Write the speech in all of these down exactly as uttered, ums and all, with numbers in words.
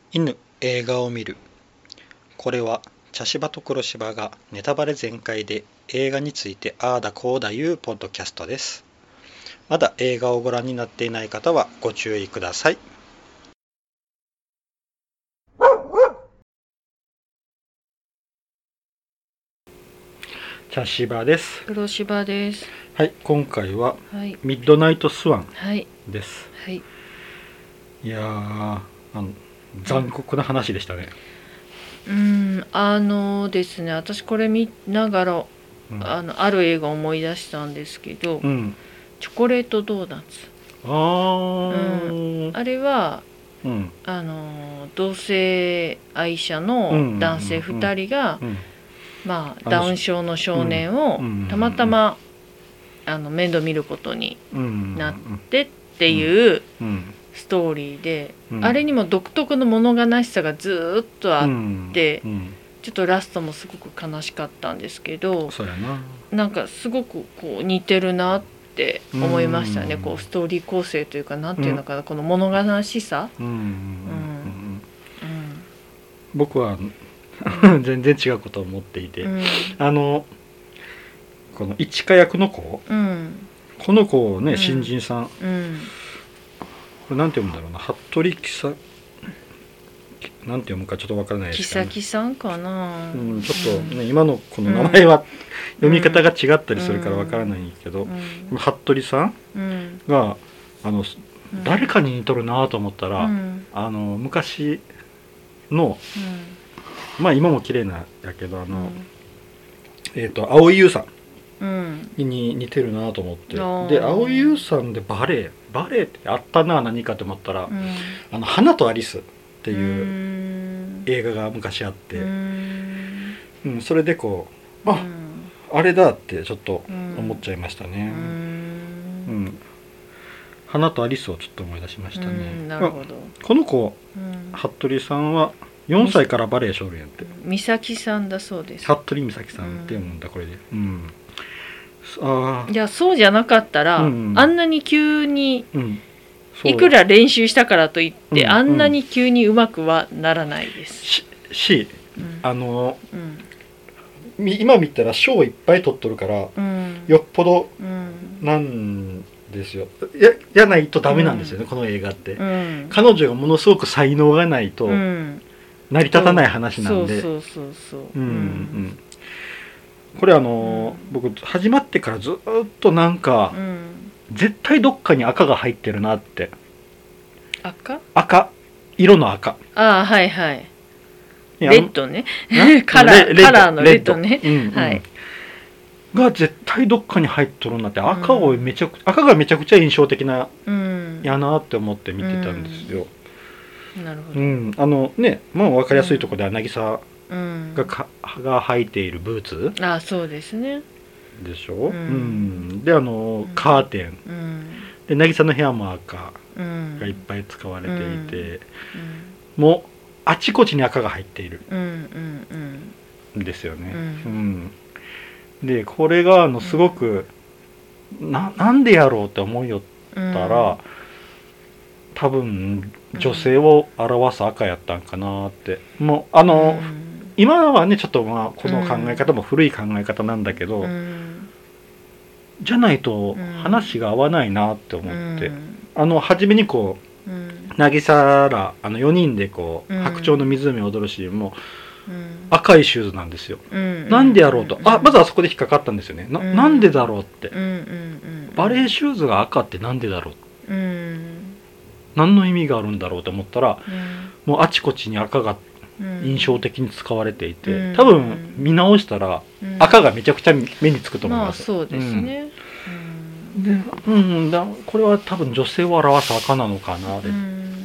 犬映画を見る。これは茶芝と黒芝がネタバレ全開で映画についてああだこうだいうポッドキャストです。まだ映画をご覧になっていない方はご注意ください。茶芝です。 黒芝です。 はい、今回ははい。 ミッドナイトスワンはい。 です。 はい。 いやー、あの残酷な話でしたね。 うーん、あのですね、私これ見ながら、 うん、 あのある映画を思い出したんですけど、 うん、 チョコレートドーナツ。 あー、 うん、あれはうん、 あの同性愛者の男性ふたりが、 うん、 まああのダウン症の少年をたまたまあの面倒見ることになってっていうストーリーで、 うん、 あれにも独特の物悲しさがずっとあって、 うんうん、 ちょっとラストもすごく悲しかったんですけど、 そうやな、 なんかすごくこう似てるなって思いましたね。こうストーリー構成というか、なんていうのかな、この物悲しさ、 うんうんうんうん僕は全然違うことを思っていて、 うん、 あのこの一華役の子、 うん、 この子をね、 うん、 新人さん、 うん、 これなんて読むんだろうな、服部きさなんて読むかちょっとわからないですけど、ね、 キサキさんかな、 うん、ちょっとね、うん、今のこの名前は読み方が違ったりするからわからないんですけど、うん、服部さんがあの、うん、誰かに似とるなと思ったら、うん、あの昔の、うん、まあ今も綺麗なんやけど、あの、うん、えっと蒼井優さんに似てるなと思って、うん、で蒼井優さんでバレエバレエってあったな、何かと思ったら、うん、あの花とアリスっていう映画が昔あって、うんうん、それでこう、あ、うん、あれだってちょっと思っちゃいましたね。うん、うん、花とアリスをちょっと思い出しましたね。うん、なるほど。この子、うん、服部さんはよんさいからバレエしょるんやって。 美咲さんだそうです。 服部美咲さんって読むんだ、これで。うん、 あ、いや、そうじゃなかったら、うんうん、あんなに急に、うん、いくら練習したからといって、うん、あんなに急にうまくはならないです。 し、しうん、あの、うん、今見たら賞いっぱい取っとるから、うん、よっぽどなんですよ。や、やないとダメなんですよね、うん、この映画って、うん。彼女がものすごく才能がないと成り立たない話なんで。 そうそうそうそう。 うんうん。これあの、うん、僕始まってからずっとなんか、うん、絶対どっかに赤が入ってるなって。 赤？ 赤、色の赤。 ああ、はいはい。レッドね。カラー、カラーのレッドね。うんうん、はい。 が絶対どっかに入っとるなって、赤をめちゃく、うん、赤がめちゃくちゃ印象的な、うん、やなって思って見てたんですよ。 うん、なるほど。 うん、あのね、まあ分かりやすいところでは渚がか、うん、が履いているブーツ。 ああ、そうですね。でしょ。うん。うん、であのカーテン。うん、で渚の部屋も赤がいっぱい使われていて、うんうん、もうあちこちに赤が入っている。うんうんうん、ですよね。うん。うん、でこれがあのすごく、うん、な, なんでやろうって思いよったら、うん、多分女性を表す赤やったんかなって。もうあの、うん、今はねちょっとまあこの考え方も古い考え方なんだけど、うん、じゃないと話が合わないなって思って、うん、あの初めにこう、うん、渚らあのよにんでこう、うん、白鳥の湖を踊るシーンも、うん、赤いシューズなんですよ。うん、なんでやろうと、うん、あまずあそこで引っかかったんですよね。 な, なんでだろうって、うん、バレーシューズが赤ってなんでだろう、うん、何の意味があるんだろうと思ったら、うん、もうあちこちに赤が印象的に使われていて、うん、多分見直したら赤がめちゃくちゃ目につくと思います。 まあそうですね。 うん、で、うん、だこれは多分女性を表す赤なのかな、うん、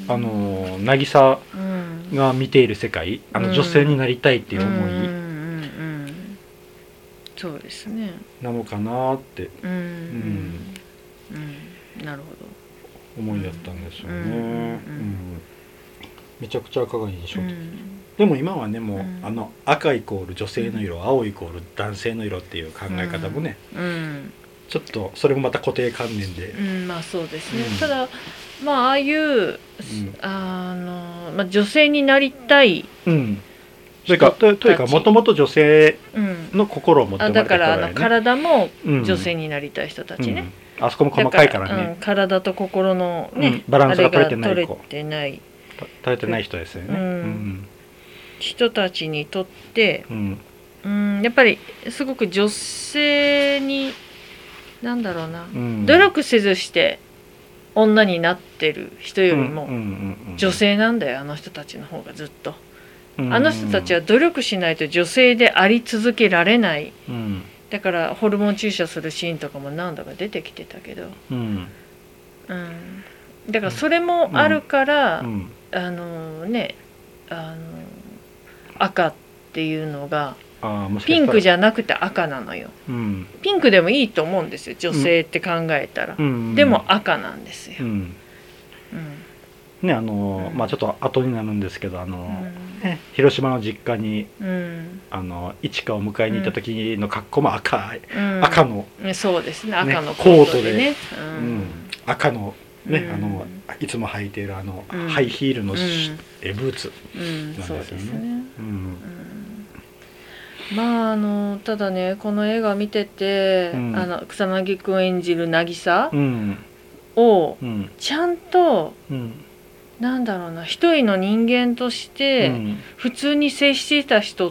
あの渚が見ている世界、あの女性になりたいっていう思い、うんうんうん、 そうですね。 なのかなって、 うんうんうん、なるほど。 思いだったんですよね。うんうんうん、めちゃくちゃ赤が印象的、うん、でも今はねもう、うん、あの赤イコール女性の色、うん、青イコール男性の色っていう考え方もね、うん、 ちょっとそれもまた固定観念で、 うん、まあそうですね、うん、ただまあああいう、うん、あの、まあ、女性になりたい、うんというかとというかもともと女性の心を持って生まれたからね、 うん、あだからあの体も女性になりたい人たちね、 うんうん、あそこも細かいからね、 うん、体と心の、ね、うん、 バランスが取れてない子、取れてない取れてない人ですよね、うんうん、 人たちにとって、うんうん、やっぱりすごく女性になんだろうな、うん、努力せずして女になってる人よりも女性なんだよ、あの人たちの方がずっと。あの人たちは努力しないと女性であり続けられない、うん、だからホルモン注射するシーンとかも何度か出てきてたけど、うんうん、だからそれもあるから、うん、あのねあの赤っていうのがピンクじゃなくて赤なのよ、うん、ピンクでもいいと思うんですよ女性って考えたら、うん、でも赤なんですよ、うんうんねあのうん、まあちょっと後になるんですけどあの、うんね、広島の実家に、うん、あの一花を迎えに行った時の格好も赤い、うん、赤の、 そうですね赤のコートでね、うんうん、赤のね、うん、あのいつも履いているあの、うん、ハイヒールの、うん、えブーツなんですよね。うん、そうですね、うんうん、まああのただねこの映画見てて、うん、あの草薙くん演じる渚をちゃんと、うんうんなんだろうな一人の人間として普通に接していた人って、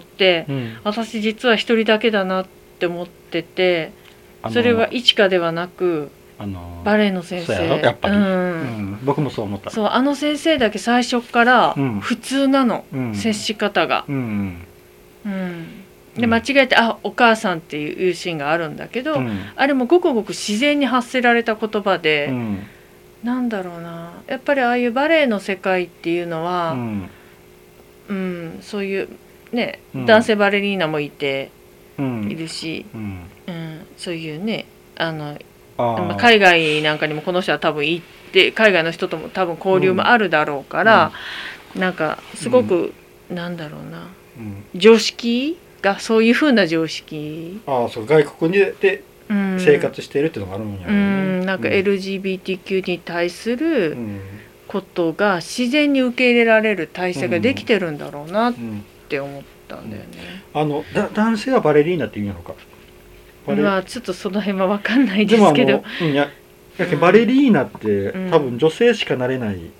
うん、私実は一人だけだなって思ってて、それは一花ではなく、あのー、バレエの先生やっぱり、うんうん、僕もそう思った。 そうあの先生だけ最初から普通なの、うん、接し方が、うんうん、で間違えてあお母さんっていうシーンがあるんだけど、うん、あれもごくごく自然に発せられた言葉で、うんなんだろうなやっぱりああいうバレエの世界っていうのは、うんうん、そういうね、うん、男性バレリーナもいて、うん、いるし、うんうん、そういうねあのあ海外なんかにもこの人は多分行って海外の人とも多分交流もあるだろうから、うん、なんかすごく、うん、なんだろうな、うん、常識がそういう風な常識あそう外国に出て生活しているっていうのがあるんやろうね、うん、 なんか エルジービーティーキュー に対することが自然に受け入れられる体制ができてるんだろうなって思ったんだよね、 うんうん、あのだ男性はバレリーナって言うんやろかまあちょっとその辺は分かんないですけどでもうん、いやだけどバレリーナって、うん、多分女性しかなれない、うん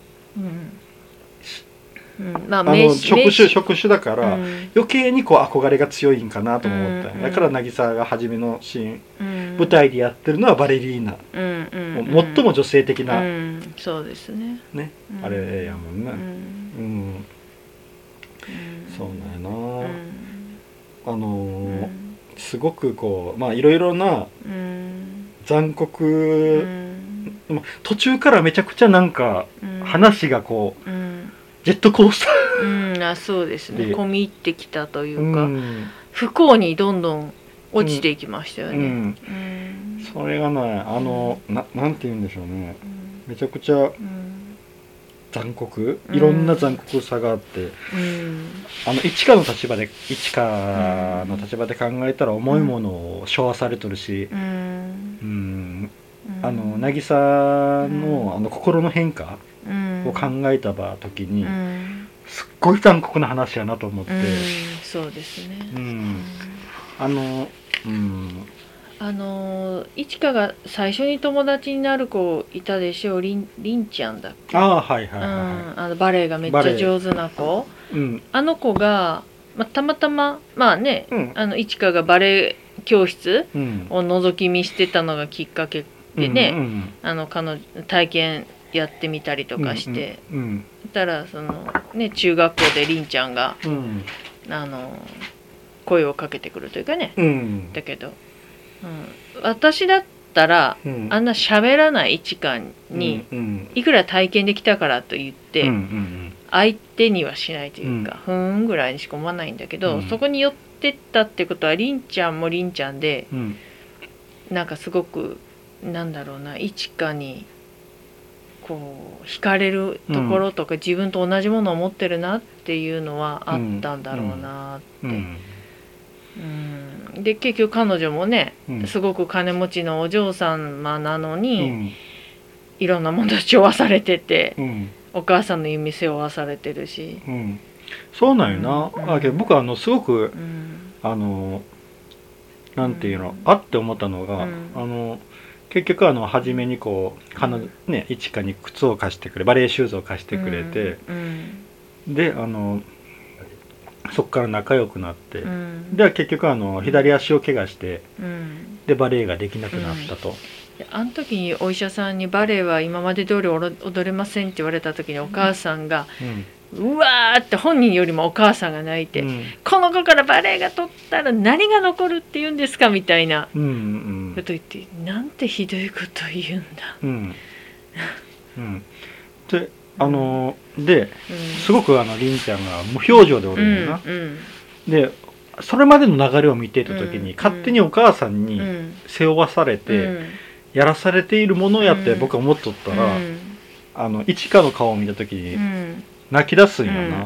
うんまあ、あの職種職種だから、うん、余計にこう憧れが強いんかなと思った、うん、だから渚が初めのシーン、うん、舞台でやってるのはバレリーナ、うんうん、最も女性的な、うん、 そうですね、 ねあれやもんね、うんうん、そうなんやな、あのー、すごくこうまあいろいろな残酷、まあ、途中からめちゃくちゃなんか話がこう、ジェットコースター、うん、あそうですね込み入ってきたというか、うん、不幸にどんどん落ちていきましたよね、うんうん、 それがねあの、うん、な, なんて言うんでしょうね、うん、めちゃくちゃ残酷、いろんな残酷さがあって、うん、あの一花の立場で一花の立場で考えたら重いものを背負わされとるし、うんうん、あの渚の、あの心の変化を考えた時に、うん、すっごい残酷な話やなと思って、うん、 そうですね、 うん、あの、うん、 あの一花が最初に友達になる子いたでしょう、りんりんちゃんだっけ、 あはいはいはい、はい、うん、 あのバレエがめっちゃ上手な子、うん、あの子が、まあ、たまたままあね、うん、あの一花がバレエ教室を覗き見してたのがきっかけでね、うんうんうん、あの彼女体験やってみたりとかして、うんうん、たらその、ね、中学校でりんちゃんが、うん、あの声をかけてくるというかね、うん、だけど、うん、私だったら、うん、あんな喋らない一花に、うんうん、いくら体験できたからと言って、うんうんうん、相手にはしないというか、うん、ふーんぐらいにしか思わないんだけど、うん、そこに寄ってったってことはりんちゃんもりんちゃんで、うん、なんかすごくなんだろうな一花にこう惹かれるところとか、うん、自分と同じものを持ってるなっていうのはあったんだろうなって、うんうんうん、 で結局彼女もね、うん、すごく金持ちのお嬢様なのに、うん、いろんなもの背負わされてて、うん、お母さんの夢背負わされてるし、 うん、そうなんよな、うん、あけど僕はあのすごく、うん、あのなんていうの、うん、あって思ったのが、うん、あの結局あの初めにこう彼女ね一花に靴を貸してくれバレエシューズを貸してくれて、であのそこから仲良くなって、うん、では結局あの左足を怪我して、うん、でバレエができなくなったと、うん、 あの時にお医者さんにバレエは今まで通り踊れませんって言われた時にお母さんが、うん、うわーって本人よりもお母さんが泣いて、うん、この子からバレエが取ったら何が残るって言うんですかみたいなこと言って、うんうん、なんてひどいこと言うんだ、うんうん、であので、うん、すごくあのりんちゃんが無表情でおるんだな、うんうん、でそれまでの流れを見ていた時に、うん、勝手にお母さんに背負わされて、うん、やらされているものやって僕は思っとったら、うん、あの一花の顔を見た時に泣き出すんやな、うんうんうん、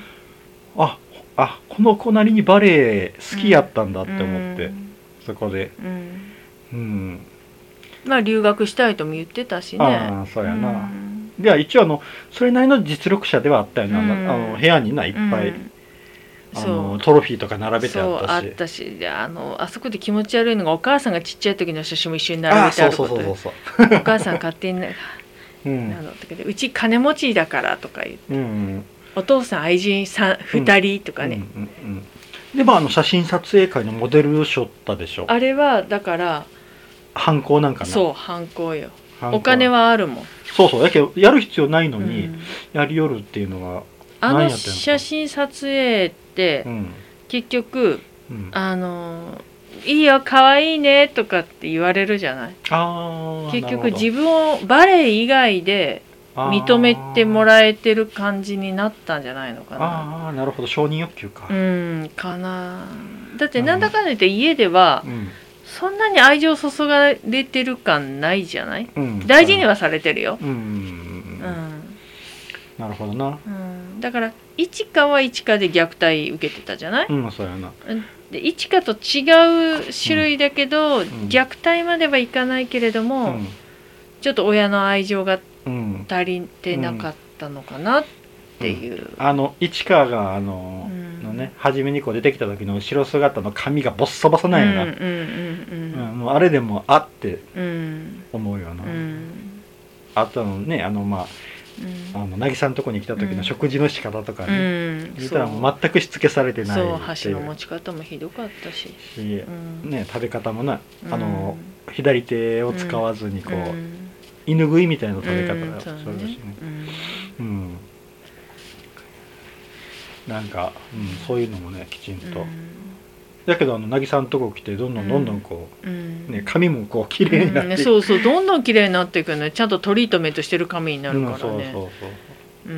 ああこの子なりにバレエ好きやったんだって思って、うん、そこで、うんうん、まあ留学したいとも言ってたしね。 ああそうやな、うんでは一応あのそれなりの実力者ではあったよな、うん、あの部屋にないっぱい、うん、あのトロフィーとか並べてあったし、 そうあったしで あのあそこで気持ち悪いのがお母さんがちっちゃい時の写真も一緒に並べてあることでお母さん勝手に、うん、あのうち金持ちだからとか言って、うんうん、お父さん愛人さんふたりとかね、うんうんうんうん、でもあの写真撮影会のモデルをしょったでしょ。 あれはだから犯行なんかな。 そう犯行よ。お金はあるもん。 そうそうだけどやる必要ないのに、うん、やりよるっていうのがあの写真撮影って、うん、結局、うん、あのいいよ可愛いねとかって言われるじゃない。あ結局自分をバレエ以外で認めてもらえてる感じになったんじゃないのかな。 ああなるほど承認欲求か。 うんかな。だってなんだかんだ言って家では、うんそんなに愛情注がれてる感ないじゃない、うん、大事にはされてるよ、うんうんうん、 なるほどな、 うん、だから一花は一花で虐待受けてたじゃない、 うん、そうやなで一花と違う種類だけど、うん、虐待まではいかないけれども、うん、ちょっと親の愛情が足りてなかったのかなっていう、 うん、あの市川があの、うん、のね初めにこう出てきた時の後ろ姿の髪がボッサボサなんやな、うんうんうんうんうん、もうあれでもあって思うよな、うん、あとのねあのまあ、うん、あの渚のとこに来た時の食事の仕方とかね、うん、見たらもう全くしつけされてないそう箸の持ち方もひどかったし、しうん、ね食べ方もなあの、うん、左手を使わずにこう、うん、犬食いみたいな食べ方をするしね、うんうんなんか、うん、そういうのもねきちんと、うん、だけどあの渚のとこ来てどんどんどんどんこう、うんね、髪もこう綺麗になって、うん、 そうそうどんどん綺麗になっていくのちゃんとトリートメントしてる髪になるからね、うん、そうそうそう、 うん、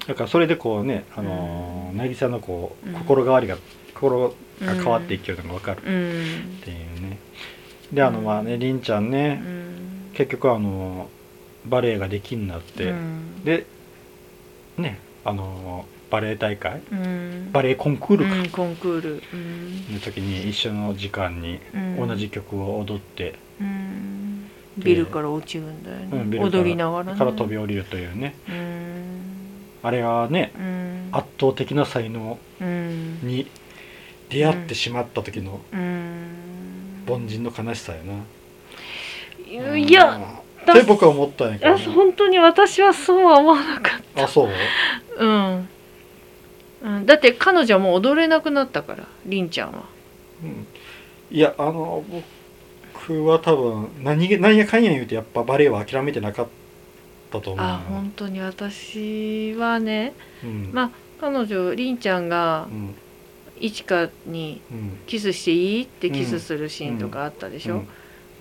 だからそれでこうねあの渚、うん、のこう心変わりが心が変わっていけるのが分かるっていうね、であのまあねりんちゃんね、うん、結局あのバレエができんなって、うん、でねあのバレエ大会、うん、バレエコンクールか、うん、 コンクール、 うん、の時に一緒の時間に同じ曲を踊って、うん、 ビルから落ちるんだよね、うん、踊りながら、 ね、から飛び降りるというね、うん、あれはね、うん、圧倒的な才能に出会ってしまった時の凡人の悲しさやな、 うん、いやって僕は思ったんやけど、ね、 本当に私はそうは思わなかった。 あそううんうん、だって彼女はもう踊れなくなったからりんちゃんは、 うん、いやあの僕は多分何何やかんや言うてやっぱバレエは諦めてなかったと思う。 あ本当に私はね、うん、まあ彼女りんちゃんが、うん、いちかにキスしていいってキスするシーンとかあったでしょ、うんうん、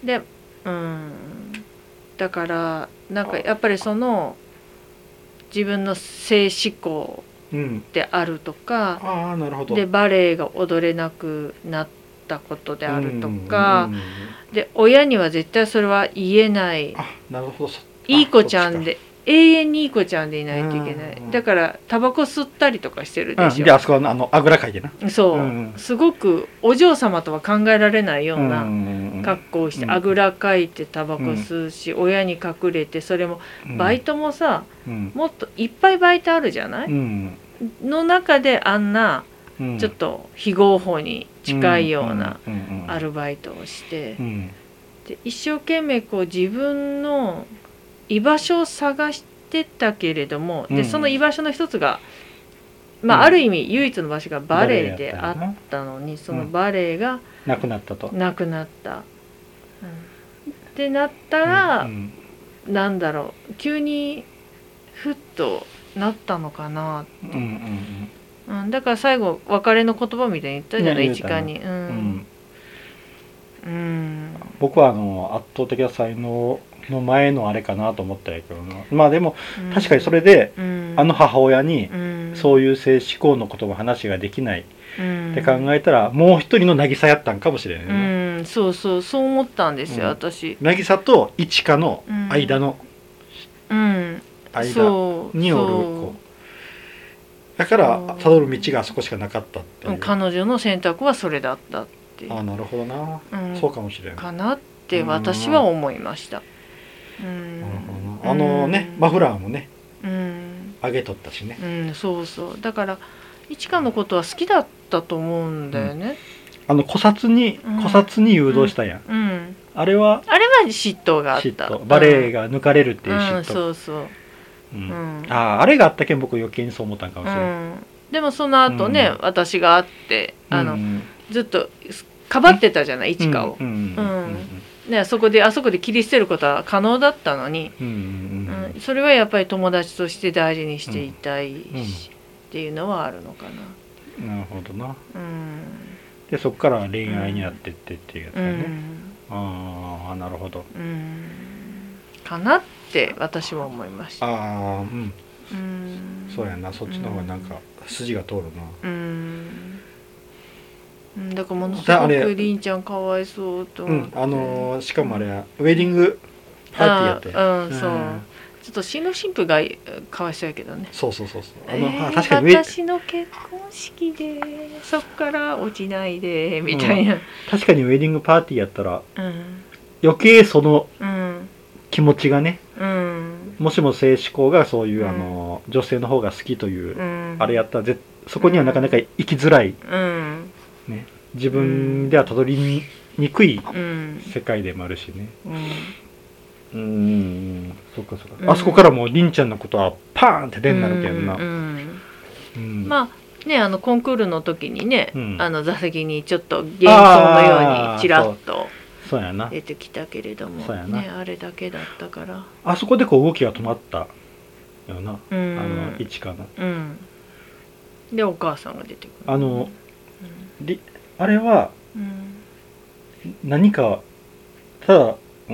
で、うん、だからなんかやっぱりその自分の性思考であるとか、 うん、あなるほどでバレエが踊れなくなったことであるとか、うんうんうん、で親には絶対それは言えない、 あなるほどいい子ちゃんで永遠にいい子ちゃんでいないといけない、だからタバコ吸ったりとかしてるでしょ、 うん、であそこはあのあぐらかいてな、 そう、うん、すごくお嬢様とは考えられないような格好をして、うん、あぐらかいてタバコ吸うし、うん、親に隠れて、それもバイトもさ、うん、もっといっぱいバイトあるじゃない、うん、の中であんなちょっと非合法に近いようなアルバイトをして、で一生懸命こう自分の居場所を探してたけれども、でその居場所の一つが、まあ、ある意味唯一の場所がバレエであったのに、そのバレエがなくなったと。 なくなった、うん、ってなったら、うんうん、なんだろう、急にふっとなったのかなって、うんうんうん、だから最後別れの言葉みたいに言ったじゃない、一貫に、うんうん、 僕はあの圧倒的な才能の前のあれかなと思ったんやけどな。まあでも確かにそれで、うん、あの母親にそういう性思考のことも話ができないって考えたら、もう一人の渚やったんかもしれないね、 うん、そうそうそう思ったんですよ、うん、私。 渚と一花の間の、うん、間におる子だから辿る道があそこしかなかったっていう。 彼女の選択はそれだったっていう。 ああ、なるほどな、うん、そうかもしれないかなって私は思いました。 うん、あのね、マフラーもね、うん、上げとったしね、 うん、そうそう、だから一花のことは好きだったと思うんだよね、 うん、あの古刹に古刹に誘導したやん、うんうん、あれはあれは嫉妬があった、 嫉妬、バレエが抜かれるっていう嫉妬、 うん、そうそう、 うんうん、ああ、あれがあったけん僕余計にそう思ったんかもしれない、うん、 でもその後ね、うん、私が会ってあの、うん、ずっとかばってたじゃない、一花を、うんうんうんね、そこであそこで切り捨てることは可能だったのに、うんうんうん、それはやっぱり友達として大事にしていたいし、うんうん、っていうのはあるのかな。なるほどな、うん、でそこから恋愛になってってっていうやつだね、うん、ああ、なるほど、うん、 かなって私は思いました。 ああ、うん、うん、そうやな、そっちの方がなんか筋が通るな、うんうん、だからものすごくりんちゃんかわいそうと思って、 うん、あのー、しかもあれはウェディングパーティーやって、 うん、そう、うん、ちょっと新郎新婦がかわいそうやけどね。 そうそうそうそう、 あの、えー、確かに私の結婚式でそっから落ちないでみたいな、うん、 確かにウェディングパーティーやったら、うん、余計その気持ちがね、うん、もしも性思考がそういう、うん、あの女性の方が好きという、うん、あれやったらぜそこにはなかなか行きづらい、うんね、自分ではたどりにくい世界でもあるしね、うん、うん、そっかそっか、うん、あそこからもうりんちゃんのことはパーンって出になるけどな、うんうんうん、まあね、あのコンクールの時にね、うん、あの座席にちょっと幻想のようにちらっと出てきたけれども、そうやな、ね、あれだけだったから、 あそこでこう動きが止まったよな、うん、あの一かな、うん、 でお母さんが出てくる、 あの、うん、あれは、うん、何かただ、うん、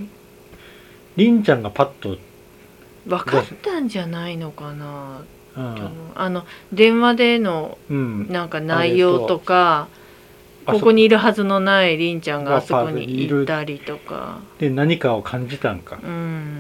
りんちゃんがパッと分かったんじゃないのかな、うん、あの電話でのなんか内容とか、うん、ここにいるはずのないりんちゃんがあそこにいたりとかで何かを感じたんか、うん、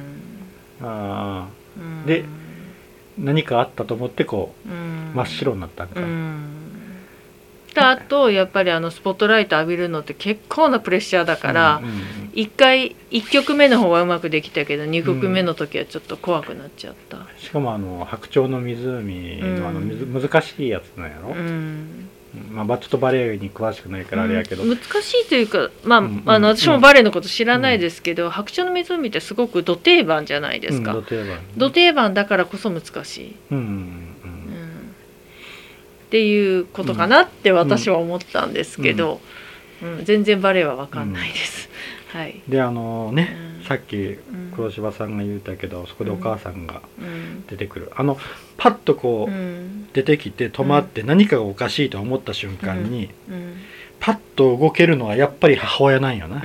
あ、うん、で何かあったと思ってこう、うん、真っ白になったんか、うん、 あとやっぱりあのスポットライト浴びるのって結構なプレッシャーだから、うんうんうん、いっかいいっきょくめの方はうまくできたけどにきょくめの時はちょっと怖くなっちゃった、うん、 しかもあの白鳥の湖のあの、うん、難しいやつなんやろ、うんまあ、ちょっとバレエに詳しくないからあれやけど、うん、 難しいというか、まあうん、あの私もバレエのこと知らないですけど、うん、白鳥の湖ってすごくド定番じゃないですか、うん、ド定番、ド定番だからこそ難しい、うんうんうん、っていうことかなって私は思ったんですけど、うんうん、全然バレエは分かんないです、うん、はい、 であのね、うん、さっき黒柴さんが言ったけど、そこでお母さんが出てくる、うん、あのパッとこう、うん、出てきて止まって何かがおかしいと思った瞬間に、うんうん、パッと動けるのはやっぱり母親なんよな、うん、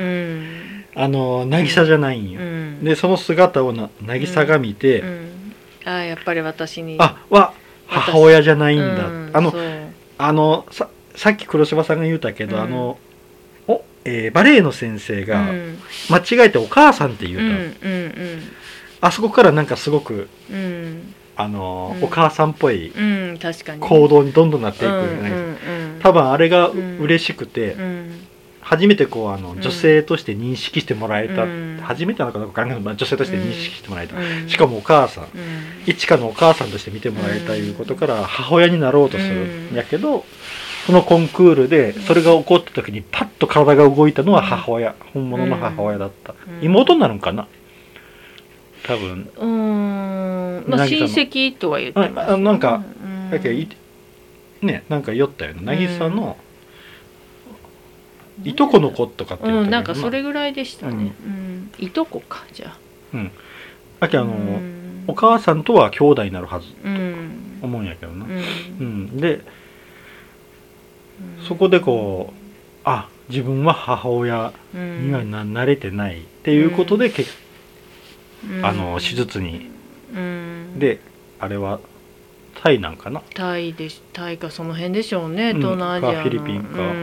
あの渚じゃないんよ、うん、でその姿をな渚が見て、うんうん、 ああやっぱり私にあは母親じゃないんだ、うん、あのあの さ, さっき黒柴さんが言うたけど、うん、あのお、えー、バレエの先生が間違えてお母さんって言うた、うんうんうん、 あそこからなんかすごく、 うん、 あの、 うん、 お母さんっぽい行動にどんどんなっていく、ね、多分あれが嬉しくて、うん、初めてこうあの女性として認識してもらえた、うん、初めてなのかどうか分からないけど、女性として認識してもらえた、うん、しかもお母さん、うん、一華のお母さんとして見てもらえたいうことから母親になろうとするんやけど、そのコンクールでそれが起こった時にパッと体が動いたのは母親、本物の母親だった、妹になるんかな多分。 うーん、まあ親戚とは言ってます、ね、 あなんかだけどね、なんか酔ったよね、渚のいとこの子とかって言ったけど、 うん、なんかそれぐらいでしたね、うんうん、いとこかじゃあ、 うん、だけどあの、うん、お母さんとは兄弟になるはずと思うんやけどな、うんうん、で、うん、そこでこうあ自分は母親にはな、慣れてないっていうことで、うん、あの手術に、うん、であれはタイなんかな、 タイでタイかその辺でしょうね、東南アジアの、 かフィリピンか、うんうん、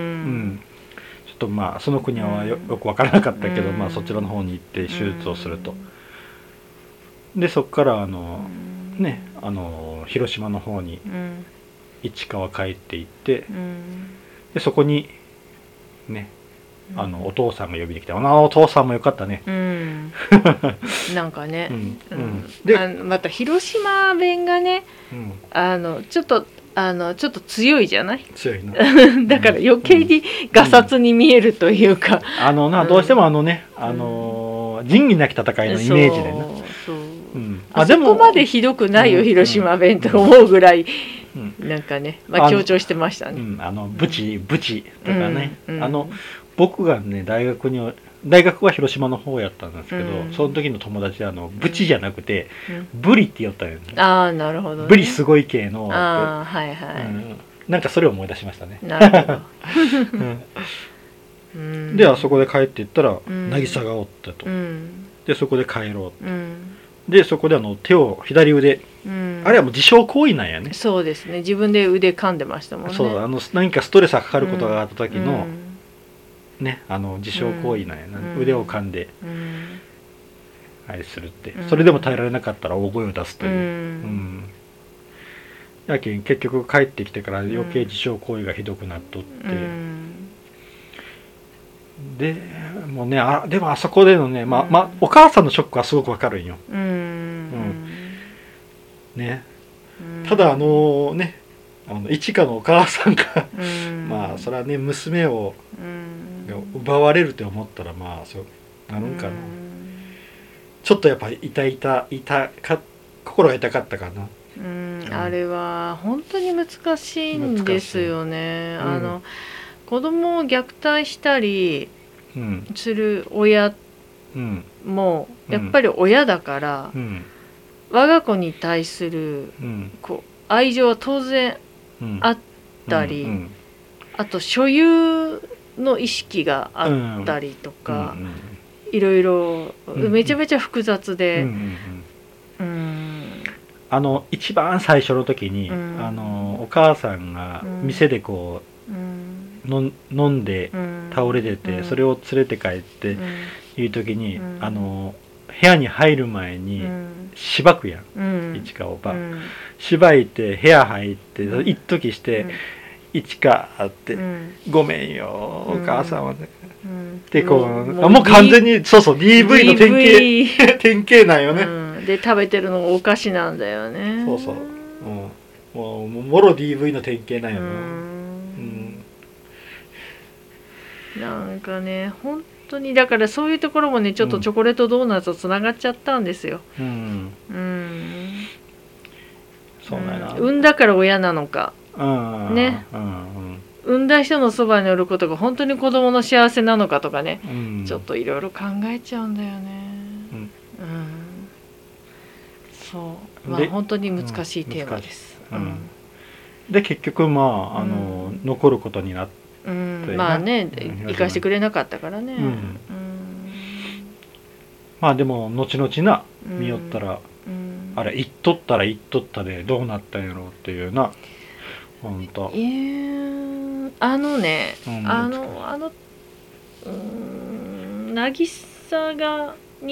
ちょっとまあその国は よ, よく分からなかったけど、うん、まあそちらの方に行って手術をすると、うん、でそこからあの、うん、ねあの広島の方に市川帰って行って、うん、でそこにねあのお父さんが呼びに来て、あのお父さんもよかったね、うん、 なんかね、うんうん、であのまた広島弁がね、うん、あのちょっとあのちょっと強いじゃない、 強いなだから余計にガサツに見えるというか、 うん、あのなどうしてもあのね、あのー、仁義なき戦いのイメージでな、そうそう、 うん、あそこまでひどくないよ、うん、広島弁と思うぐらい、うん、なんかね、まあ、強調してましたね、 あの、うん、あのブチブチとかね、うん、あの僕がね大学に大学は広島の方やったんですけど、うん、その時の友達であのブチじゃなくて、うん、ブリって言ったよね。 ああなるほど、ね、 ブリすごい系の、 ああはいはい、うん、 なんかそれを思い出しましたね。 なるほど、 うん、であそこで帰っていったら、うん、渚がおったと、うん、でそこで帰ろう、うん、でそこであの手を左腕、うん、あれはもう自傷行為なんやね。 そうですね、自分で腕噛んでましたもんね。 そうあの何かストレスがかかることがあった時の、うんうんね、あの自傷行為なんやな、うん、腕を噛んで、うん、あれするって、うん、それでも耐えられなかったら大声を出すという、うんうん、やけん結局帰ってきてから余計自傷行為がひどくなっとって、うん、でもうねあでもあそこでのね、まあまあ、お母さんのショックはすごくわかるんよ、うんうん、ね、ただあのねあの一華のお母さんがまあそれはね娘を奪われるって思ったらまあそうなるんかな、ちょっとやっぱ痛いた痛か心が痛かったかな、 うん、あれは本当に難しいんですよね、うん、あの子供を虐待したりする親もやっぱり親だから、うんうん、我が子に対するこう愛情は当然あったり、うんうん、あと所有の意識があったりとか、うんうん、いろいろめちゃめちゃ複雑で、うんうんうん、 あの一番最初の時に、うん、あのお母さんが店でこう、うん、飲んで倒れてて、うん、それを連れて帰っていう時に、うん、あの部屋に入る前にしばくやん、うん、市川をば、うん、しばいて部屋入って一時して、うん市川って、うん、ごめんよお母さんはね、うん、でこうもう、もう完全にそうそう ディーブイ の典型典型なんよね、 うん、で食べてるのがお菓子なんだよね、 そうそう、うん、もうもろ ディーブイ の典型なんよね、うんうん、なんかね本当にだからそういうところもねちょっとチョコレートドーナツとつながっちゃったんですよ、うん、うん、そうなんやな、産んだから親なのかね、うんうん、産んだ人のそばにおることが本当に子供の幸せなのかとかね、うん、ちょっといろいろ考えちゃうんだよね、うんうん、そうまあ本当に難しいテーマです、うんうん、 で結局まあ、あの、うん、残ることになって、 うん、まあね生かしてくれなかったからね、うんうん、 まあでも後々な見よったら、うん、あれ言っとったら言っとったでどうなったんやろうっていうな本当。 いやあのね、うん、あのあのうーん渚がに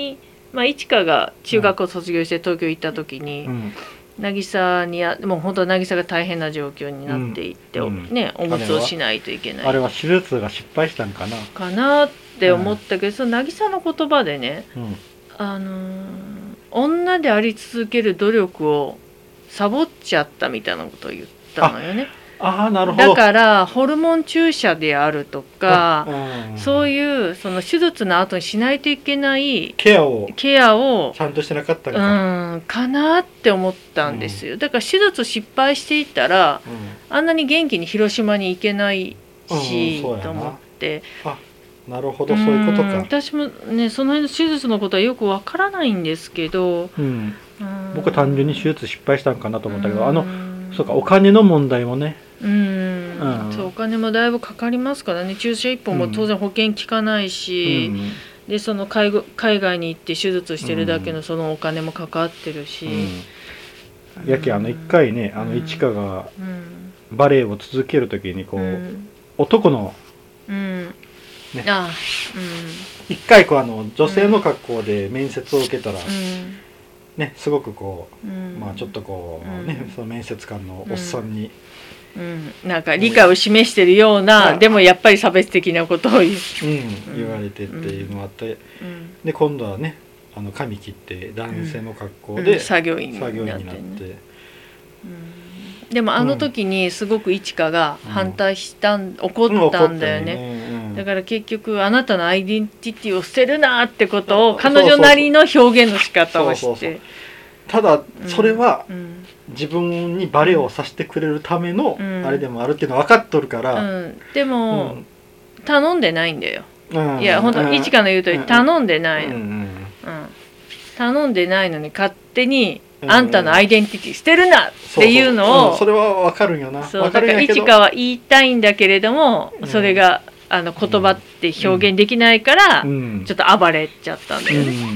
まあ、いちかが中学校卒業して東京行った時に、うん、渚にやもう本当渚が大変な状況になっていって、うんね、おむつをしないといけない。 あれは手術が失敗したんかなかなって思ったけど、うん、その渚の言葉でね、うん、あのー、女であり続ける努力をサボっちゃったみたいなことを言ったのよね。 ああ、なるほど。 だからホルモン注射であるとか、うん、そういうその手術の後にしないといけないケアをケアをちゃんとしてなかったのか、うん、かなって思ったんですよ。だから手術失敗していたら、うん、あんなに元気に広島に行けないし、うん、と思って。 あ、なるほど、そういうことか。 私もねその辺の手術のことはよくわからないんですけど、 うん、僕は単純に手術失敗したんかなと思ったけど、あのそうかお金の問題もね。 うんうん、そうお金もだいぶかかりますからね。注射いっぽんも当然保険効かないし、うん、でその海海外に行って手術してるだけのそのお金もかかってるし、 うん、やけあの一回ねあの一華がバレエを続ける時にこう、うん、男の、 うんね、あうん、一回こうあの女性の格好で面接を受けたら、うんね、すごくこう、うん、まあちょっとこう、うんね、その面接官のおっさんに、 うん、なんか理解を示してるような、うん、でもやっぱり差別的なことを言う、 うん、言われてっていうのがあって、うん、で今度はねあの髪切って男性の格好で、 うん、作業員になって、ね、って、うん、でもあの時にすごく一華が反対したん、怒ったんだよね、うん、だから結局あなたのアイデンティティを捨てるなってことを彼女なりの表現の仕方をしてただそれは、うん、自分にバレエをさせてくれるためのあれでもあるっていうのは分かっとるから、 うんうん、でも、うん、頼んでないんだよ、うん、いや本当一華の言う通り頼んでないの、うんうんうん、頼んでないのに勝手にあんたのアイデンティティ捨てるなっていうのを、 それは分かるんよな。 そうだから一華は言いたいんだけれども、うん、それがあの言葉って表現できないから、うん、ちょっと暴れちゃったんだよね、うんうん、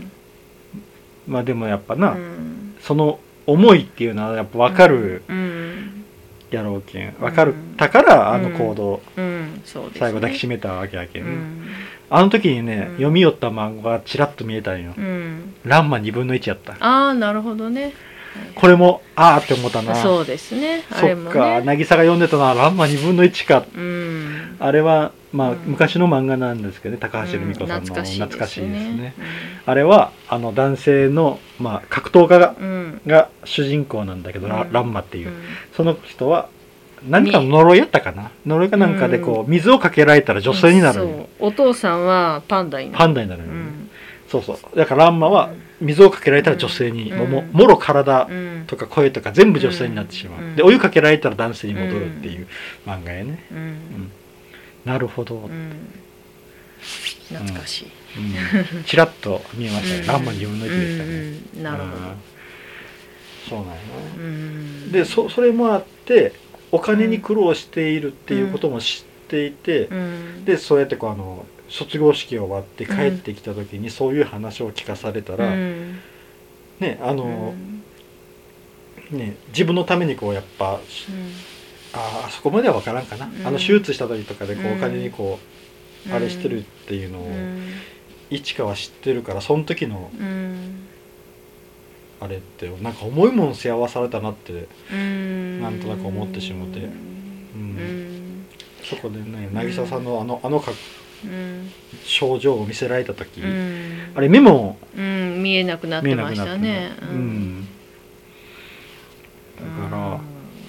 まあでもやっぱな、うん、その思いっていうのはやっぱ分かるやろうけん、分かるだからあの行動、うんうんそうですね、最後抱きしめたわけやけん、うん、あの時にね、うん、読み寄った漫画がちらっと見えたんよ、うん、ランマにぶんのいちやった。 ああなるほどね。 これもあーって思ったな。 そうですね。 あれもね、そっか渚が読んでたのはランマにぶんのいちか、うん、あれはまあ、うん、昔の漫画なんですけどね、高橋留美子さんの、うん、懐かしいですね、ですね、うん、あれはあの男性の、まあ、格闘家が、うん、が主人公なんだけど、うん、ランマっていう、うん、その人は何かの呪いやったかな、呪いかなんかでこう水をかけられたら女性になる、うん、 そうお父さんはパンダになるパンダになる、うん、そうそうだからランマは水をかけられたら女性に、うん、も, もろ体とか声とか全部女性になってしまう、うん、でお湯かけられたら男性に戻るっていう漫画やね、うんうん、なるほど、うん、 懐かしい、 うん、ちらっと見えましたね、ランマにぶんのいちでしたね、 うんうん、なるほど、 そうなんやな、うん、で そ, それもあってお金に苦労しているっていうことも知っていて、うん、でそうやってこうあの卒業式終わって帰ってきた時にそういう話を聞かされたら、うん、ねあの、うん、ね自分のためにこうやっぱ、うん、ああそこまでは分からんかな、うん、あの手術した時とかでこうお金にこう、うん、あれしてるっていうのを、うん、一華は知ってるからその時の、うん、あれってなんか重いもの背負わされたなって、うん、なんとなく思ってしまって、うんうん、そこでね渚さんのあのあのかうん、症状を見せられた時、うん、あれ目も、 うん、見えなくなってましたね、うん、 だから、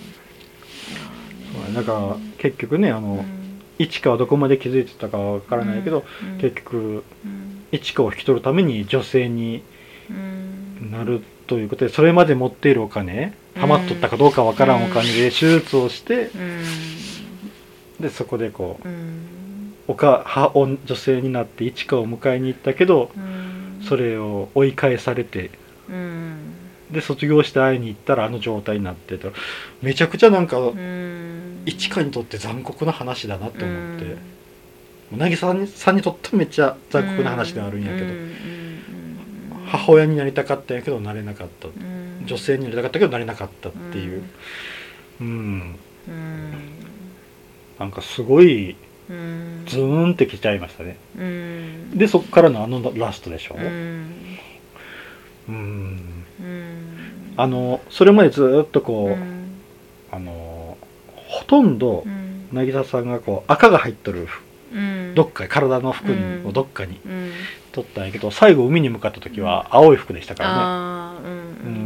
うん、だから結局ねあの、うん、一華はどこまで気づいてたかわからないけど、うん、結局、うん、一華を引き取るために女性になるということでそれまで持っているお金溜まっとったかどうかわからんお金で手術をして、うん、でそこでこう、うんおか女性になって一華を迎えに行ったけど、うん、それを追い返されて、うん、で卒業して会いに行ったらあの状態になってたらめちゃくちゃなんか、うん、一華にとって残酷な話だなって思って、うん、渚さん, さんにとってめっちゃ残酷な話ではあるんやけど、うん、母親になりたかったんやけどなれなかった、うん、女性になりたかったけどなれなかったっていう、うんうん、なんかすごいうん、 ズーンってきちゃいましたね、 うん、 でそこからのあのラストでしょ、うん、うん、あのそれまでずっとこう、うん、あのほとんど渚さんがこう赤が入っとる、うん、どっか体の服に、うん、どっかに、うん、取ったんやけど最後海に向かった時は青い服でしたからね、うんうん、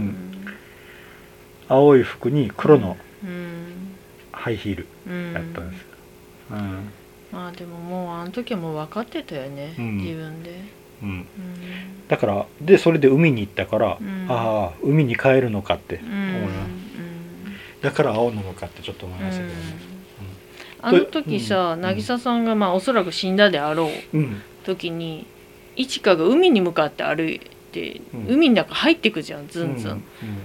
青い服に黒のハイヒールやったんです、うんうん、 まあでももうあの時はもう分かってたよね、うん、自分で、 うんうん、だからでそれで海に行ったから、うん、ああ海に帰るのかって思います、うん、だから青なのかってちょっと思いましたけどね、 うん、あの時さ、うん、渚さんがまあおそらく死んだであろう時に、うん、いちかが海に向かって歩いて、うん、海の中入ってくじゃん、ずんずん、うんうん、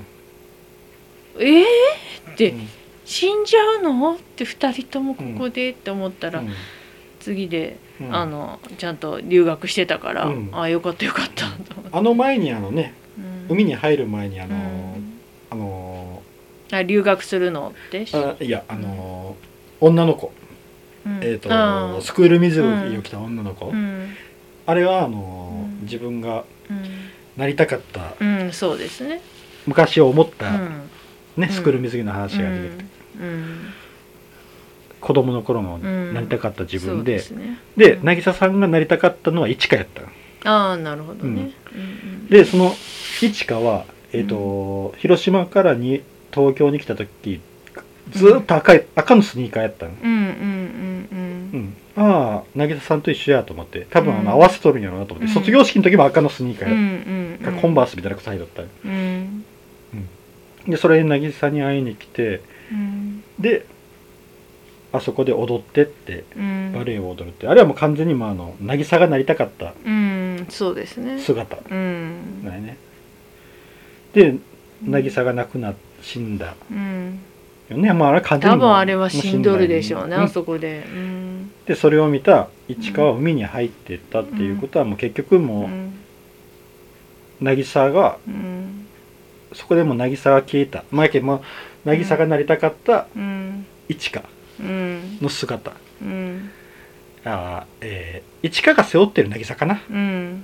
えーって、うん、死んじゃうのってふたりともここで、うん、って思ったら、うん、次で、うん、あのちゃんと留学してたから、うん、ああよかったよかったと思って、 あの前にあのね、うん、海に入る前にあの、うん、あのあ留学するのってあいやあの、うん、女の子、うん、えーとスクール水着を着た女の子、うん、あれはあの、うん、自分がなりたかった、 うんうん、そうですね、 昔を思った、うんね、スクール水着の話が出てきて、うんうん、子供の頃のなりたかった自分で、うん、で、ね、で渚さんがなりたかったのはいちかやった。 ああなるほどね、うんうんうん、 でそのいちかは、えーとうん、広島からに東京に来た時ずっと赤い、うん、赤のスニーカーやったの、うんうんうんうん、ああ渚さんと一緒やと思って多分あの合わせとるんやろうなと思って、うん、卒業式の時も赤のスニーカーや、うんうんうん、コンバースみたいな臭いだったの、うんでそれに渚に会いに来て、うん、であそこで踊ってって、うん、バレエを踊るってあれはもう完全にまああの渚がなりたかった姿、うん、 そうですね、 ないね、で渚が亡くなっ死んだ、うん、よね、まああれ完全に多分あれは死んどるでしょうね、うん、あそこで、うん、 でそれを見た市川は海に入っていったっていうことはもう結局もう、うん、渚が、うんそこでも渚が消えた前家も渚がなりたかった一花の姿、うんうん、あえー、一花が背負ってる渚かな、うん、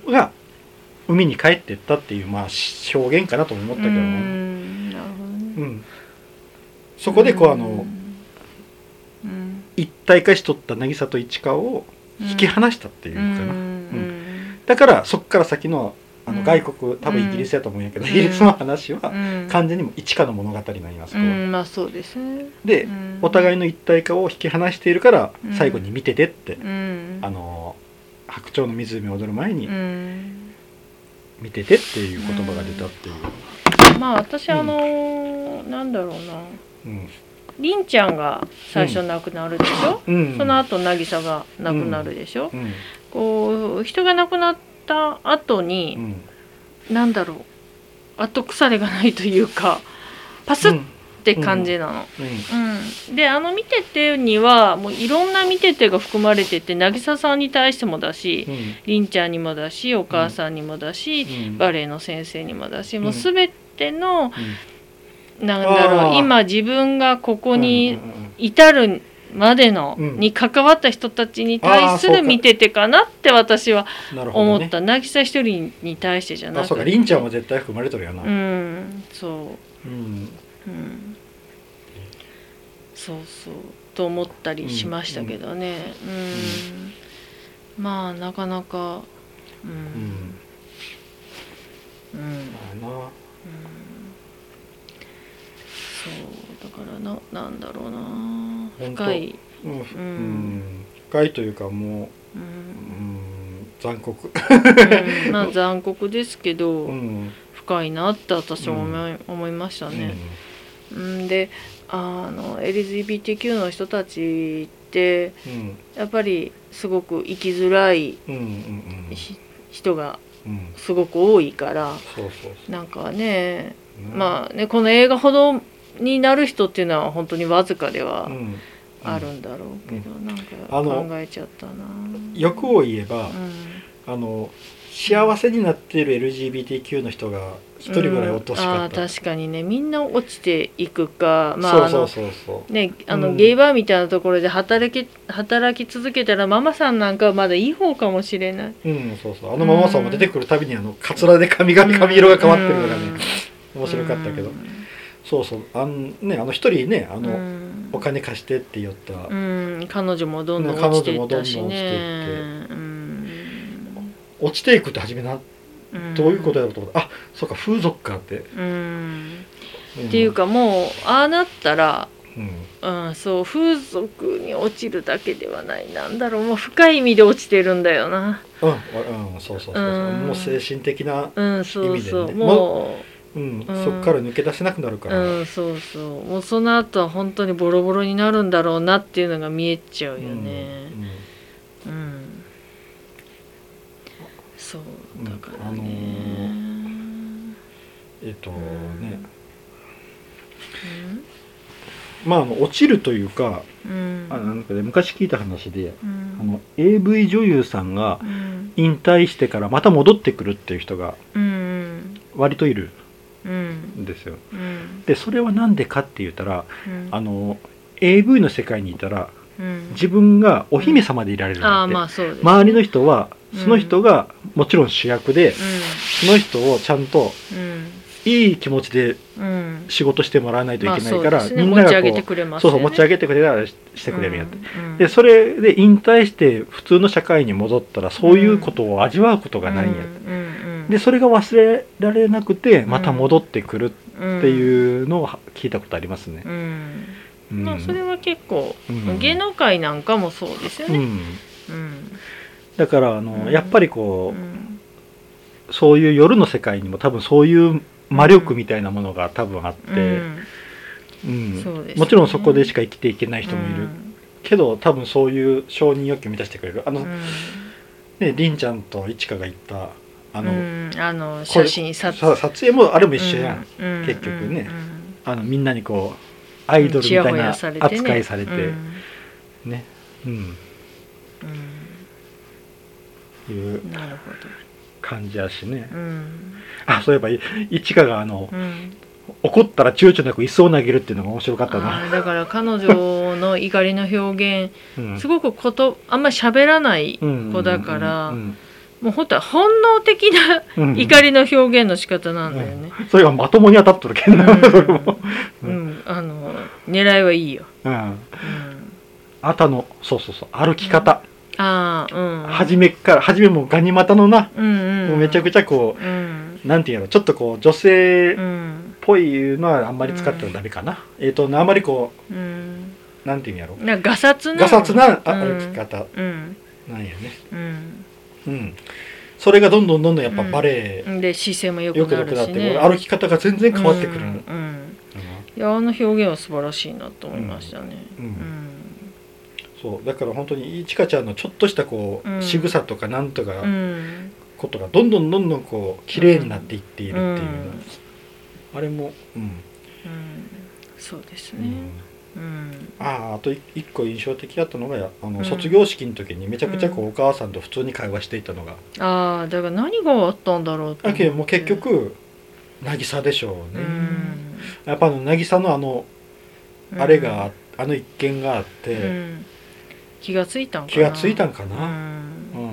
が海に帰ってったっていうまあ表現かなと思ったけども、うんなるほどね、うん、そこでこうあの、うん、一体化しとった渚と一花を引き離したっていうかな、うんうん、だからそこから先のあの外国、うん、多分イギリスやと思うんやけど、うん、イギリスの話は完全にも一花の物語になります、 うん、まあそうですね。 で、うん、お互いの一体化を引き離しているから最後に見ててって、うん、あの白鳥の湖を踊る前に、うん、見ててっていう言葉が出たっていう、 うん、まあ私あのーうん、なんだろうな、うん、りんちゃんが最初亡くなるでしょ、うん、その後渚が亡くなるでしょ、うんうん、こう人が亡くなってた後に、うん、なんだろう後腐れがないというかパスって感じなの、うんうんうん、であの見ててにはもういろんな見ててが含まれてて渚さんに対してもだし、うん、りんちゃんにもだしお母さんにもだし、うん、バレエの先生にもだしもう全ての、うん、なんだろう今自分がここに至るまでの、うん、に関わった人たちに対する見ててかなって私は思った、ね、渚一人に対してじゃなくて、あそうかりんちゃんも絶対含まれとるよな、 うんそう、うんうん、そうそうと思ったりしましたけどね、うんうんうん、まあなかなかうんうん、うん、まあそうだからな、なんだろうな深い、 うんうん、深いというかもう、うんうん、残酷、 うん、まあ残酷ですけど、うん、深いなって私も思い、うん、思いましたね、うん、であの エルジービーティーキュー の人たちって、うん、やっぱりすごく生きづらい、うんうんうん、人がすごく多いから、うん、そうそうそうなんかね、うん、まあねこの映画ほどになる人っていうのは本当にわずかではあるんだろうけど、うん、なんか考えちゃったな。 欲を言えば、うん、 あの幸せになっている エルジービーティーキュー の人が一人ぐらい落としかった、 うん、あ確かにねみんな落ちていくか、 まあ、そうそうそうそうねあの、うん、ゲイバーみたいなところで働き働き続けたらママさんなんかはまだいい方かもしれない。 うんそうそうあのママさんも出てくるたびにあのカツラで髪が髪色が変わってるからね、うん、面白かったけど、うん、そうそうあのねあの一人ねあの、うん、お金貸してって言った、 うん、彼女もどんどん落ちていったしね、うん、 落ちていくって初めなどういうことやろうと思って、あそうか風俗かって、 うん、うん、っていうかもうああなったら、うんうん、そう風俗に落ちるだけではないなんだろうもう深い意味で落ちてるんだよなうん、うん、そうそうそうそう、うん、もう精神的な意味でね、うん、そうそうもう、うんうん、そこから抜け出せなくなるから、 うん、そうそうもうその後は本当にボロボロになるんだろうなっていうのが見えちゃうよねうん、うんうん、そうだからね、うん、あのー、 えっとね、うん、まああの落ちるというか、うん、あなんか、ね、昔聞いた話で、うん、あの エーブイ 女優さんが引退してからまた戻ってくるっていう人が割といるんですよ、うん、でそれはなんでかって言ったら、うん、あの エーブイ の世界にいたら、うん、自分がお姫様でいられるんだって、うんまあそうですね、周りの人はその人がもちろん主役で、うん、その人をちゃんといい気持ちで仕事してもらわないといけないから、まあね、みんながこう持ち上げてくれますよね。そうそう持ち上げてくれたらしてくれるんやって、うんうん、でそれで引退して普通の社会に戻ったらそういうことを味わうことがないんやって、うんうんうん、でそれが忘れられなくてまた戻ってくるっていうのを聞いたことありますね、うんうんまあ、それは結構、うん、芸能界なんかもそうですよね、うんうんだからあの、うん、やっぱりこう、うん、そういう夜の世界にも多分そういう魔力みたいなものが多分あって、うんうんうんね、もちろんそこでしか生きていけない人もいる、うん、けど多分そういう承認欲求を満たしてくれるあの、うん、ねりんちゃんといちかが言ったあの、うん、 あの写真撮影撮影もあれも一緒やん、うん、結局ね、うん、あのみんなにこうアイドルみたいな扱いされて、うん、ねうん、うんいう感じやしね、うん、あそういえばいちかがあの、うん、怒ったら躊躇なく椅子を投げるっていうのが面白かったな。 あだから彼女の怒りの表現、うん、すごくことあんまり喋らない子だから、うんうんうんうん、もう本当は本能的な怒りの表現の仕方なんだよね、 うん、それがまともに当たっとるけどな、うんうん、あの狙いはいいよ、うんうん、 あとのそうそうそう歩き方、うんあうん、 初めから初めもガニ股のな、うんうん、もうめちゃくちゃこう、うん、なんていうのちょっとこう女性っぽいのはあんまり使ったらダメかな、うん、えっ、ー、とあんまりこう、うん、なんていうんやろなんかガサツなガサツな歩き方、うん、なんやね、うんうん、それがどんどんどんどんやっぱバレエ、 うん、で姿勢も良くなるし、ね、 歩き方が全然変わってくる、うんうんうん、いやあの表現は素晴らしいなと思いましたね、うんうんそうだから本当にいちかちゃんのちょっとしたこう、うん、仕草とかなんとかことがどんどんどんどんこう綺麗になっていっているっていう、うん、あれも、うんうん、 そうですね、うん、 あああと一個印象的だったのがあの、うん、卒業式の時にめちゃくちゃこうお母さんと普通に会話していたのが、 うん、ああだから何があったんだろうってだけどもう結局渚でしょうね、うん、やっぱあの渚のあのあれが、あの一件があって、うん気がついたんかな気がついたんかな、うんうん、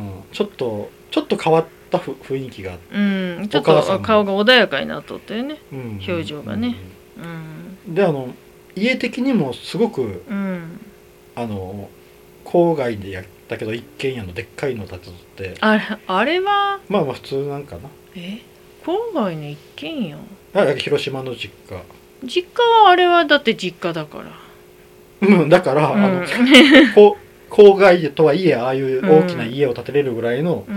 ちょっとちょっと変わった雰囲気があって、 うん、ちょっと顔が穏やかになっとったよね、うん、表情がね、 うん、であの家的にもすごく、うん、あの郊外でやったけど一軒家のでっかいの建てとってあれあれはまあまあ普通なんかなえ郊外の一軒家あ広島の実家実家はあれはだって実家だからうんだから、うん、あのこう郊外とはいえああいう大きな家を建てれるぐらいの、うん、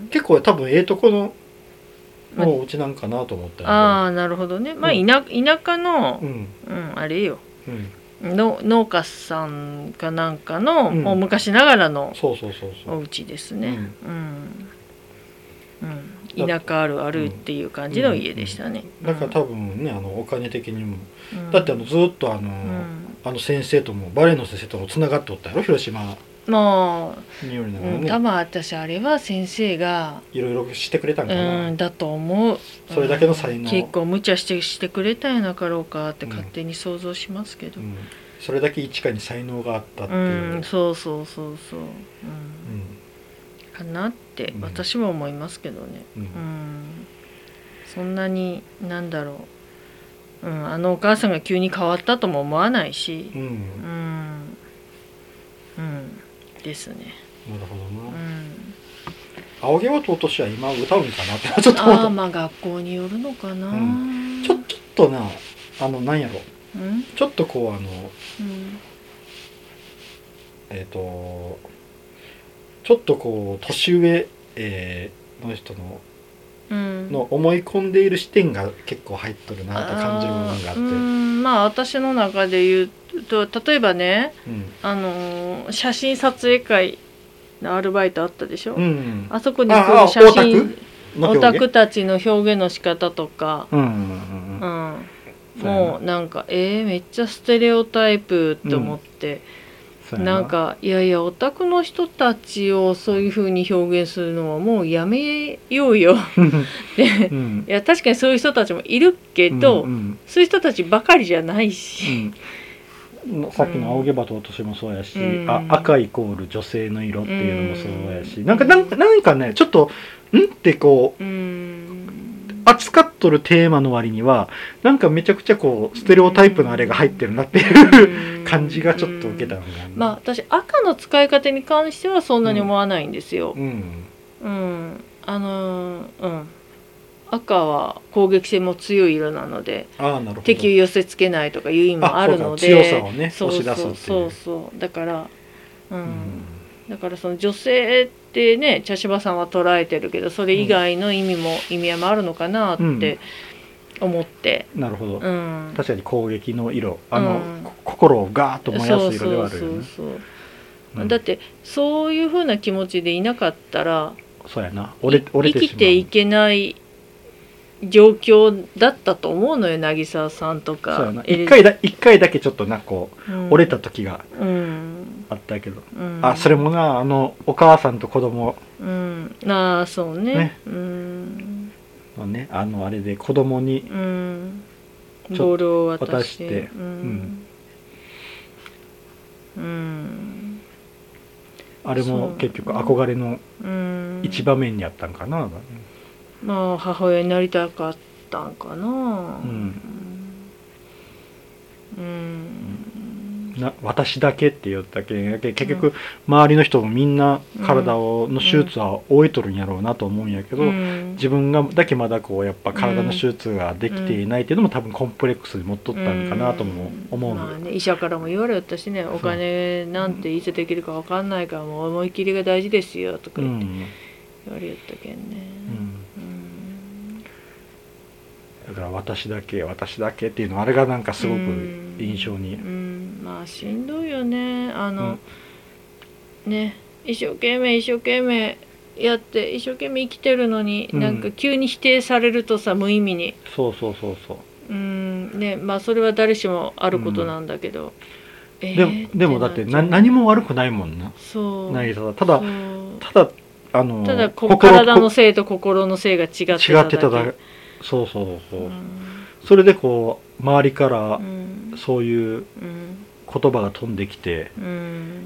結構多分ええとこののうちなんかなと思った、 ね、ああなるほどねまあ田、うん、田舎の、うんうん、あれよ、うん、の農家さんかなんかの、うん、もう昔ながらのお家ですね田舎あるあるっていう感じの家でしたね、 うんうん、だから多分ねあのお金的にも、だってあのずっとあの、あの先生ともバレエの先生ともつながっておったやろ広島まあによりながらね、 うん、多分私あれは先生がいろいろしてくれたんかな、 うん、だと思う。 それだけの才能、 うん、結構無茶してしてくれたんやなかろうかって勝手に想像しますけど、 うんうん、それだけ一華に才能があったっていう、 うん、そうそうそうそう、うんうん、かなって私も思いますけどね、うんうん、そんなになんだろう、うん、あのお母さんが急に変わったとも思わないし、うんうん、うん、ですね。 なるほどな、 うん、 青毛はととしは今歌うんかなってちょっと思った。 ああ、まあ学校によるのかな、うん、 ちょっとな、あのなんやろ、 うん、 ちょっとこうあの、うん、えっ、ー、とちょっとこう年上、えー、の人の、うん、の思い込んでいる視点が結構入っとるなと感じる部分があって、うん、 まあ私の中で言うと、例えばね、うん、あの写真撮影会のアルバイトあったでしょ、うん、あそこに来る写真オタクたちの表現の仕方とか、うんうんうんうん、もうなんかえー、めっちゃステレオタイプって思って、うん、なんかいやいやオタクの人たちをそういう風に表現するのはもうやめようよで、うん、いや確かにそういう人たちもいるけど、うんうん、そういう人たちばかりじゃないし、 うん、さっきの青毛羽と落としもそうやし、うん、あ赤イコール女性の色っていうのもそうやし、うん、なんかなんかなんかねちょっとんってこう、うん、扱っとるテーマの割にはなんかめちゃくちゃこうステレオタイプのあれが入ってるなっていう感じがちょっと受けたのが、 まあ私赤の使い方に関してはそんなに思わないんですよ。うん、うん、あのうん赤は攻撃性も強い色なので、あ、なるほど、敵を寄せつけないとかいう意味もあるので、 強さをねそう押し出すっていう、 そうそうだから、うん、うん、だからその女性ってね茶芝さんは捉えてるけどそれ以外の意味も、うん、意味合いもあるのかなって思って、 うん、なるほど、うん、確かに攻撃の色あの、うん、心をガーッと燃やす色ではあるよね。そうそうそうそう、うん、だってそういう風な気持ちでいなかったらそうやな折れ折れてしまう、 生きていけない状況だったと思うのよ渚さんとか。そうやな、 一回だ一回だけちょっとなこう、うん、折れた時があったけど、うん、あそれもなあのお母さんと子供、 うん、ああそうね、ね、うん、 のねあのあれで子供に、うん、 ボールを渡して、うん、うん、 あれも結局憧れの一場面にあったんかな、うん、 まあ母親になりたかったんかな、うん、 うん、な私だけって言ったけ結局周りの人もみんな体をの手術は終えとるんやろうなと思うんやけど、うん、自分がだけまだこうやっぱ体の手術ができていないっていうのも多分コンプレックスに持っとったんかなとも思う、うん、 まあね、医者からも言われたしね、お金なんていつできるか分かんないからもう思い切りが大事ですよとか言って、うん、言われたけんね、 うん、だから私だけ私だけっていうのあれがなんかすごく印象に、うんうん、まあしんどいよねあの、うん、ね一生懸命一生懸命やって一生懸命生きてるのに、うん、なんか急に否定されるとさ無意味にそうそうそうそううんねまあそれは誰しもあることなんだけど、うんえー、でもでもだってな何も悪くないもんな。そうただただあのただ体のせいと心のせいが違ってただけ。違ってただけ。 そうそうそう、うん、それでこう周りからそういう言葉が飛んできて、うん、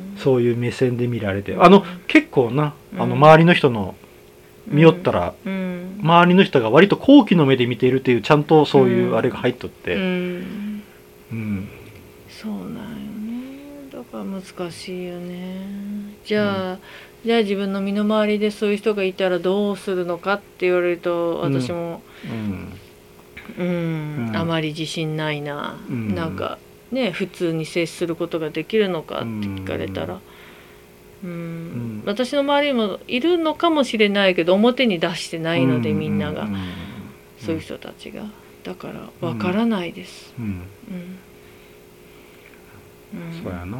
そういう目線で見られて、あの結構なあの周りの人の見よったら、うん、周りの人が割と好奇の目で見ているっていうちゃんとそういうあれが入っとって、うんうん、そうなんよね。だから難しいよね。じゃあ、うん、じゃあ自分の身の回りでそういう人がいたらどうするのかって言われると私も、うんうんうん、あまり自信ないな、うん、なんかね普通に接することができるのかって聞かれたら、うんうん、私の周りにもいるのかもしれないけど表に出してないのでみんなが、うん、そういう人たちがだからわからないです、うんうんうん、そうやな、うんうん、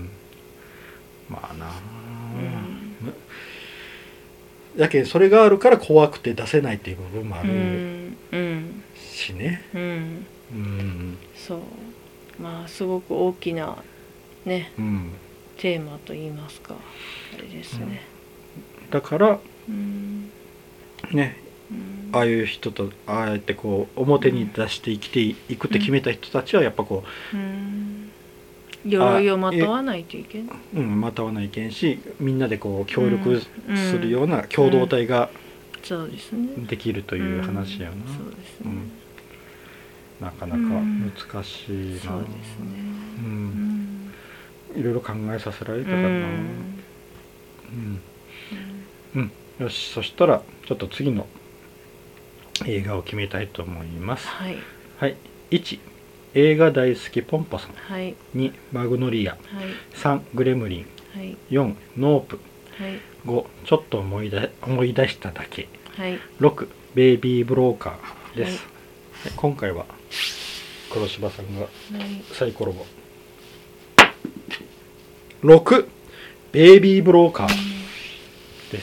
まあな、うんだけどそれがあるから怖くて出せないっていう部分もあるしね、うんうんうん、 そうまあすごく大きなね、うん、 テーマと言いますかあれですね、 うん、だから、 うん、 ね、うん、ああいう人とああやってこう表に出して生きていくって決めた人たちはやっぱこう、うん、 鎧をまとわないといけない、 うん、まとわないけんしみんなでこう協力するような共同体ができるという話やな、 そうですね、 なかなか難しいな、うん、 そうですね、 うん、いろいろ考えさせられたからな、うんうん、よし、そしたらちょっと次の映画を決めたいと思います。 はい、 はい、いち映画大好きポンポさん、 はい、 にマグノリア、はい、さんグレムリン、 はい、 よんノープ、 はい、 ごちょっと思い出思い出しただけ、 はい、 ろくベイビーブローカーです、はい、今回は黒柴さんがサイコロを、ろくベイビーブローカーです。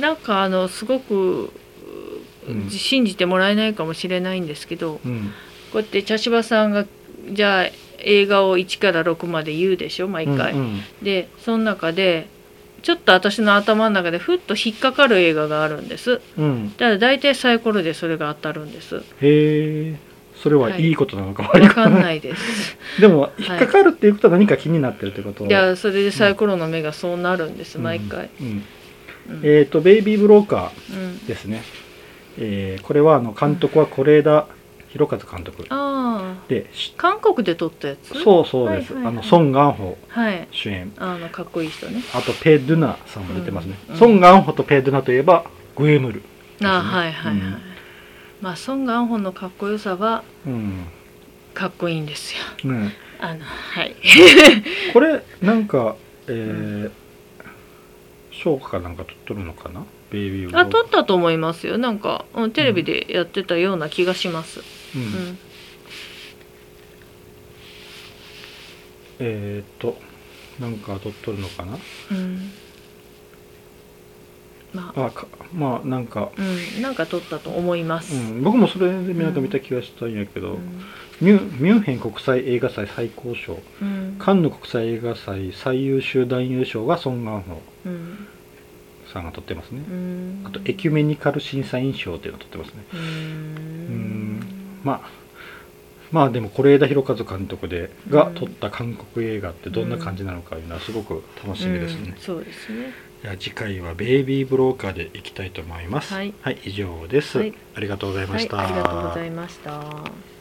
なんかあのすごく、うん、信じてもらえないかもしれないんですけど、うん、こうやって茶柴さんがじゃあ映画をいちからろくまで言うでしょ毎回、うんうん、でその中でちょっと私の頭の中でふっと引っかかる映画があるんです、うん、だから大体サイコロでそれが当たるんです。 へえ、それはいいことなのか悪いことなのか分かんないですでも引っかかるっていうことは何か気になってるってこと、 はい、いやそれでサイコロの目がそうなるんです、うん、毎回、うんうん、えっ、ー、とベイビーブローカーですね、うん、えー、これはあの監督は是枝裕和監督、 あで韓国で撮ったやつ、 そうそうです、はいはいはい、あのソン・ガンホ主演、 はい、あのかっこいい人ね、 あとペ・ドゥナさんも出てますね、うんうん、ソン・ガンホとペ・ドゥナといえばグエムル、ね、 あはいはいはい、うん、まあソン・ガンホのかっこよさは、うん、かっこいいんですよ、うん、あのはいこれなんかえー、賞、うん、かなんか取っとるのかな、ベイビーあ撮ったと思いますよ、なんか、うん、テレビでやってたような気がします、うんうん、 えっ、ー、となんか撮っとるのかな、うん、まあ、あまあなんか、 うん、なんか撮ったと思います、 うん、僕もそれでなんか見た気がしたんやけど、うん、ミュ、ミュンヘン国際映画祭最高賞、うん、カンヌ国際映画祭最優秀男優賞がソン・ガンホ、うんさんが取ってますね。あとエキュメニカル審査員賞っていうのを取ってますね。うーん、まあまあでも是枝裕和監督でが撮った韓国映画ってどんな感じなのかいうのはすごく楽しみですね。 うそうですね。 じゃあ次回はベイビーブローカーでいきたいと思います。はい、はい、以上です、はい、ありがとうございました、 はい、ありがとうございました。